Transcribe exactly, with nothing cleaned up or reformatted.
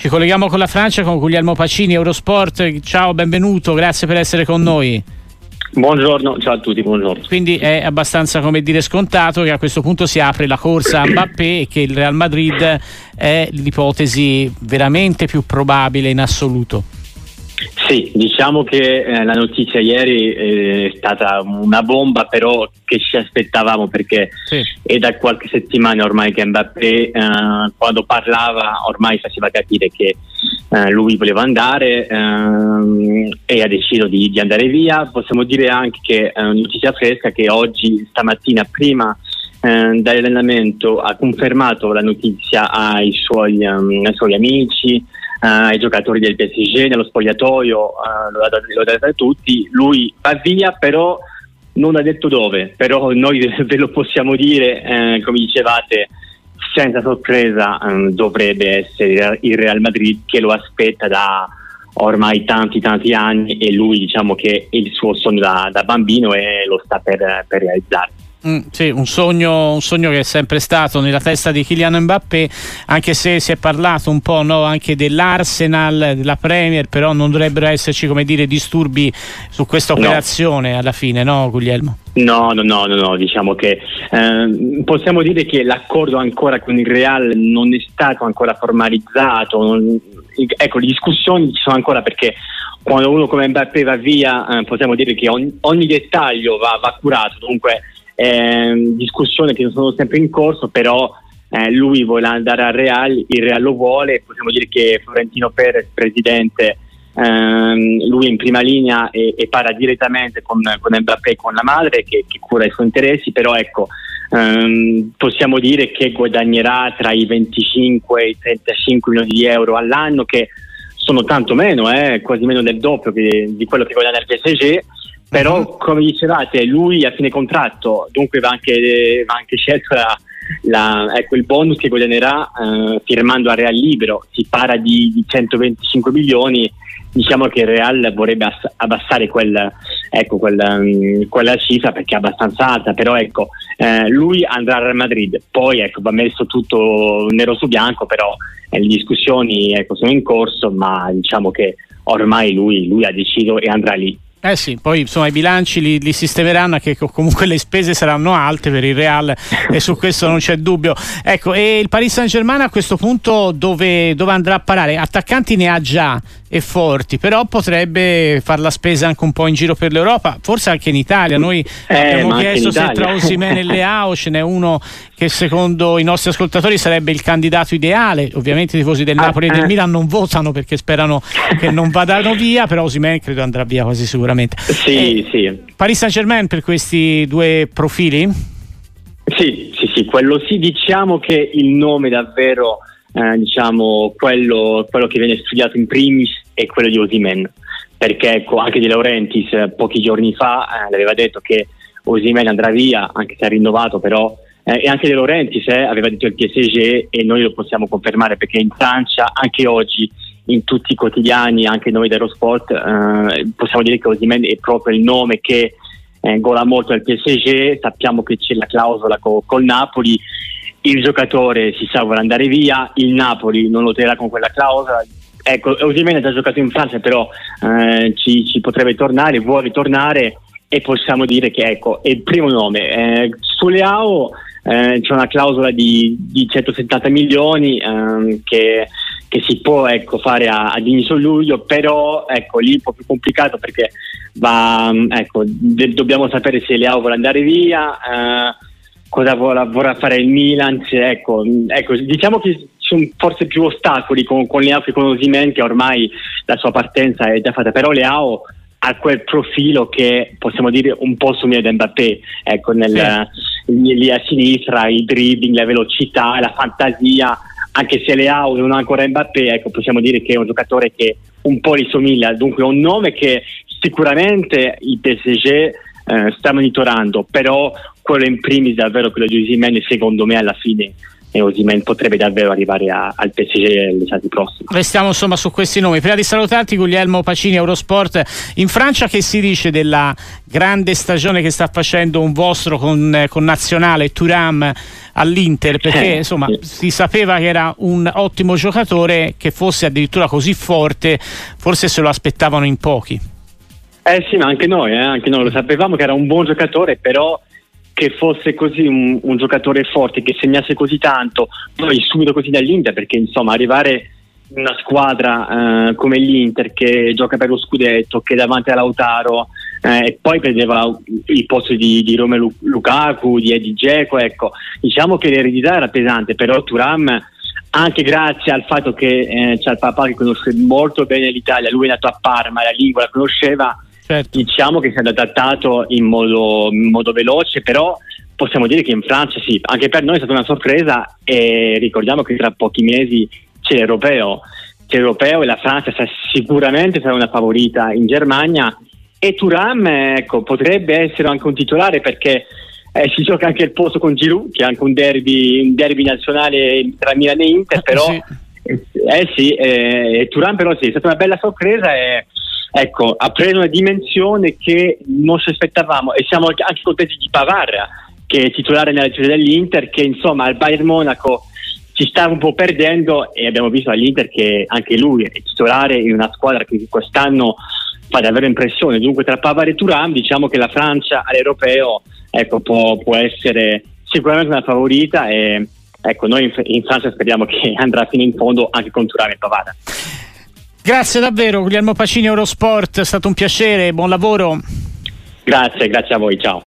Ci colleghiamo con la Francia, con Guglielmo Pacini, Eurosport. Ciao, benvenuto, grazie per essere con noi. Buongiorno, ciao a tutti, buongiorno. Quindi è abbastanza, come dire, scontato che a questo punto si apre la corsa a Mbappé e che il Real Madrid è l'ipotesi veramente più probabile in assoluto. Sì, diciamo che eh, la notizia ieri è stata una bomba, però che ci aspettavamo, perché sì. È da qualche settimana ormai che Mbappé eh, quando parlava ormai faceva capire che eh, lui voleva andare eh, e ha deciso di, di andare via. Possiamo dire anche che è una notizia fresca che oggi, stamattina, prima eh, dall'allenamento ha confermato la notizia ai suoi, um, ai suoi amici, Uh, ai giocatori del P S G, nello spogliatoio, uh, lo ha dato a tutti. Lui va via, però non ha detto dove, però noi ve lo possiamo dire, eh, come dicevate, senza sorpresa, um, dovrebbe essere il Real Madrid che lo aspetta da ormai tanti tanti anni, e lui, diciamo che è il suo sogno da, da bambino e lo sta per, per realizzare. Mm, sì, un sogno, un sogno che è sempre stato nella testa di Kylian Mbappé, anche se si è parlato un po', no, anche dell'Arsenal, della Premier, però non dovrebbero esserci, come dire, disturbi su questa operazione, no. Alla fine, no, Guglielmo? No, no, no, no, no. Diciamo che eh, possiamo dire che l'accordo ancora con il Real non è stato ancora formalizzato, non, ecco, le discussioni ci sono ancora, perché quando uno come Mbappé va via eh, possiamo dire che ogni, ogni dettaglio va, va curato, dunque Eh, discussioni che sono sempre in corso, però eh, lui vuole andare al Real, il Real lo vuole. Possiamo dire che Florentino Perez, presidente, ehm, lui è in prima linea e, e parla direttamente con, con Mbappé e con la madre che, che cura i suoi interessi, però ecco, ehm, possiamo dire che guadagnerà tra i venticinque e i trentacinque milioni di euro all'anno, che sono tanto meno, eh, quasi meno del doppio che, di quello che guadagna il P S G. Però uh-huh. come dicevate, lui a fine contratto, dunque va anche, va anche scelto la, la, ecco, il bonus che guadagnerà eh, firmando a Real libero. Si parla di, di centoventicinque milioni, diciamo che il Real vorrebbe ass- abbassare quel, ecco, quel, um, quella cifra, perché è abbastanza alta, però ecco, eh, lui andrà al Real Madrid, poi ecco, va messo tutto nero su bianco, però eh, le discussioni ecco, sono in corso, ma diciamo che ormai lui, lui ha deciso e andrà lì. Eh sì, poi insomma i bilanci li, li sistemeranno, che comunque le spese saranno alte per il Real e su questo non c'è dubbio. Ecco, e il Paris Saint-Germain a questo punto dove, dove andrà a parare? Attaccanti ne ha già e forti, però potrebbe far la spesa anche un po' in giro per l'Europa, forse anche in Italia. Noi eh, abbiamo chiesto se tra Osimhen e Leao ce n'è uno che secondo i nostri ascoltatori sarebbe il candidato ideale. Ovviamente i tifosi del Napoli ah, e del Milan non votano perché sperano che non vadano via, però Osimhen credo andrà via quasi sicuramente. Sì, eh, sì. Paris Saint-Germain per questi due profili? Sì, sì, sì, quello sì, diciamo che il nome davvero eh, diciamo quello, quello che viene studiato in primis è quello di Osimhen, perché ecco, anche De Laurentiis pochi giorni fa eh, l'aveva detto che Osimhen andrà via, anche se ha rinnovato, però eh, e anche De Laurentiis eh, aveva detto il P S G, e noi lo possiamo confermare perché in Francia anche oggi in tutti i quotidiani, anche noi da Eurosport, eh, possiamo dire che Osimhen è proprio il nome che eh, gola molto al P S G. Sappiamo che c'è la clausola co- col Napoli, il giocatore si sa vuole andare via, il Napoli non lo terrà con quella clausola. Ecco, Osimhen ha già giocato in Francia, però eh, ci, ci potrebbe tornare, vuole tornare, e possiamo dire che ecco è il primo nome. Eh, su Leao eh, c'è una clausola di, di centosettanta milioni eh, che che si può ecco fare a, ad inizio luglio, però ecco lì è un po' più complicato, perché va ecco de- dobbiamo sapere se Leao vuole andare via, eh, cosa vorrà, vorrà fare il Milan, se, ecco, ecco diciamo che ci sono forse più ostacoli con, con Leao che con Osimhen, che ormai la sua partenza è già fatta, però Leao ha quel profilo che possiamo dire un po' somiglia a Mbappé, ecco nel, sì. lì, lì a sinistra, il dribbling, la velocità, la fantasia. Anche se Leao non ha ancora Mbappé, ecco, possiamo dire che è un giocatore che un po' gli somiglia, dunque è un nome che sicuramente il P S G eh, sta monitorando, però quello in primis davvero quello di Osimhen secondo me alla fine e Osimhen potrebbe davvero arrivare a, al P S G l'estate prossima. Restiamo insomma su questi nomi. Prima di salutarti, Guglielmo Pacini, Eurosport. In Francia che si dice della grande stagione che sta facendo un vostro con, con nazionale Thuram all'Inter, perché eh, insomma sì. si sapeva che era un ottimo giocatore, che fosse addirittura così forte forse se lo aspettavano in pochi. Eh sì, ma anche noi, eh, anche noi lo sapevamo che era un buon giocatore, però che fosse così un, un giocatore forte, che segnasse così tanto, poi subito così dall'Inter, perché insomma arrivare in una squadra eh, come l'Inter che gioca per lo scudetto, che è davanti a Lautaro eh, e poi prendeva il posto di, di Romelu Lukaku, di Edin Dzeko, ecco, diciamo che l'eredità era pesante, però Thuram, anche grazie al fatto che eh, c'è il papà che conosce molto bene l'Italia, lui è nato a Parma, la lingua la conosceva. Certo. Diciamo che si è adattato in modo, in modo veloce, però possiamo dire che in Francia sì, anche per noi è stata una sorpresa, e ricordiamo che tra pochi mesi c'è l'Europeo, c'è l'Europeo e la Francia sa, sicuramente sarà una favorita in Germania, e Thuram ecco, potrebbe essere anche un titolare, perché eh, si gioca anche il posto con Giroud, che è anche un derby, un derby nazionale tra Milan e Inter, però sì, eh, eh, sì eh, Thuram però sì, è stata una bella sorpresa, e ecco, ha preso una dimensione che non ci aspettavamo, e siamo anche contenti di Pavard, che è titolare nella difesa dell'Inter, che insomma al Bayern Monaco ci stava un po' perdendo, e abbiamo visto all'Inter che anche lui è titolare in una squadra che quest'anno fa davvero impressione. Dunque tra Pavard e Thuram diciamo che la Francia all'Europeo ecco, può, può essere sicuramente una favorita, e ecco, noi in, in Francia speriamo che andrà fino in fondo anche con Thuram e Pavard. Grazie davvero Guglielmo Pacini, Eurosport, è stato un piacere, buon lavoro. Grazie, grazie a voi, ciao.